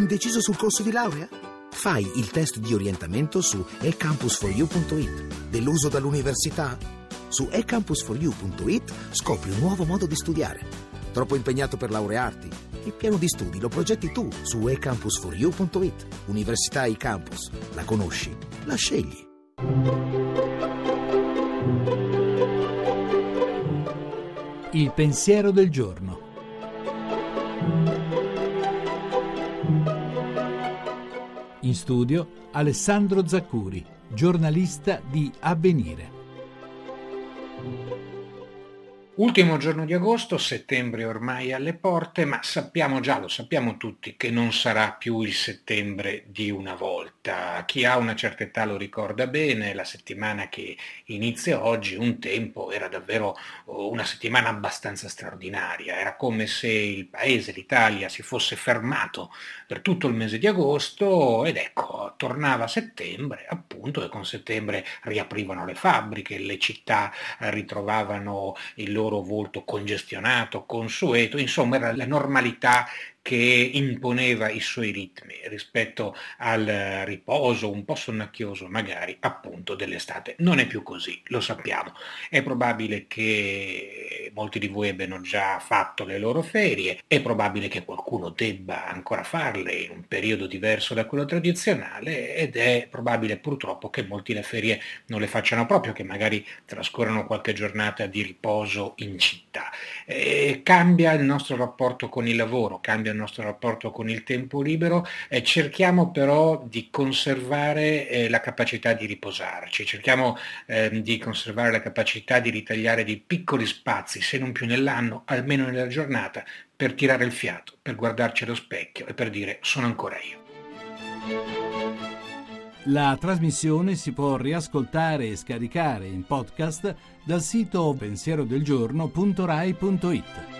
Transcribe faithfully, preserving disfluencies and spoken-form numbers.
Indeciso sul corso di laurea? Fai il test di orientamento su e campus for you punto it. Deluso dall'università? Su e campus for you punto it scopri un nuovo modo di studiare. Troppo impegnato per laurearti? Il piano di studi lo progetti tu su e campus for you punto it. Università eCampus. La conosci? La scegli. Il pensiero del giorno. In studio Alessandro Zaccuri, giornalista di Avvenire. Ultimo giorno di agosto, settembre ormai alle porte, ma sappiamo già, lo sappiamo tutti, che non sarà più il settembre di una volta. Chi ha una certa età lo ricorda bene, la settimana che inizia oggi, un tempo, era davvero una settimana abbastanza straordinaria. Era come se il paese, l'Italia, si fosse fermato per tutto il mese di agosto ed ecco, tornava settembre, appunto, e con settembre riaprivano le fabbriche, le città ritrovavano il loro loro volto congestionato, consueto, insomma era la normalità che imponeva i suoi ritmi rispetto al riposo un po' sonnacchioso magari appunto dell'estate. Non è più così, lo sappiamo. È probabile che molti di voi abbiano già fatto le loro ferie, è probabile che qualcuno debba ancora farle in un periodo diverso da quello tradizionale ed è probabile purtroppo che molti le ferie non le facciano proprio, che magari trascorrano qualche giornata di riposo in città. E cambia il nostro rapporto con il lavoro, cambia il nostro rapporto con il tempo libero, eh, cerchiamo però di conservare eh, la capacità di riposarci, cerchiamo eh, di conservare la capacità di ritagliare dei piccoli spazi, se non più nell'anno, almeno nella giornata, per tirare il fiato, per guardarci allo specchio e per dire sono ancora io. La trasmissione si può riascoltare e scaricare in podcast dal sito pensierodelgiorno punto rai punto it.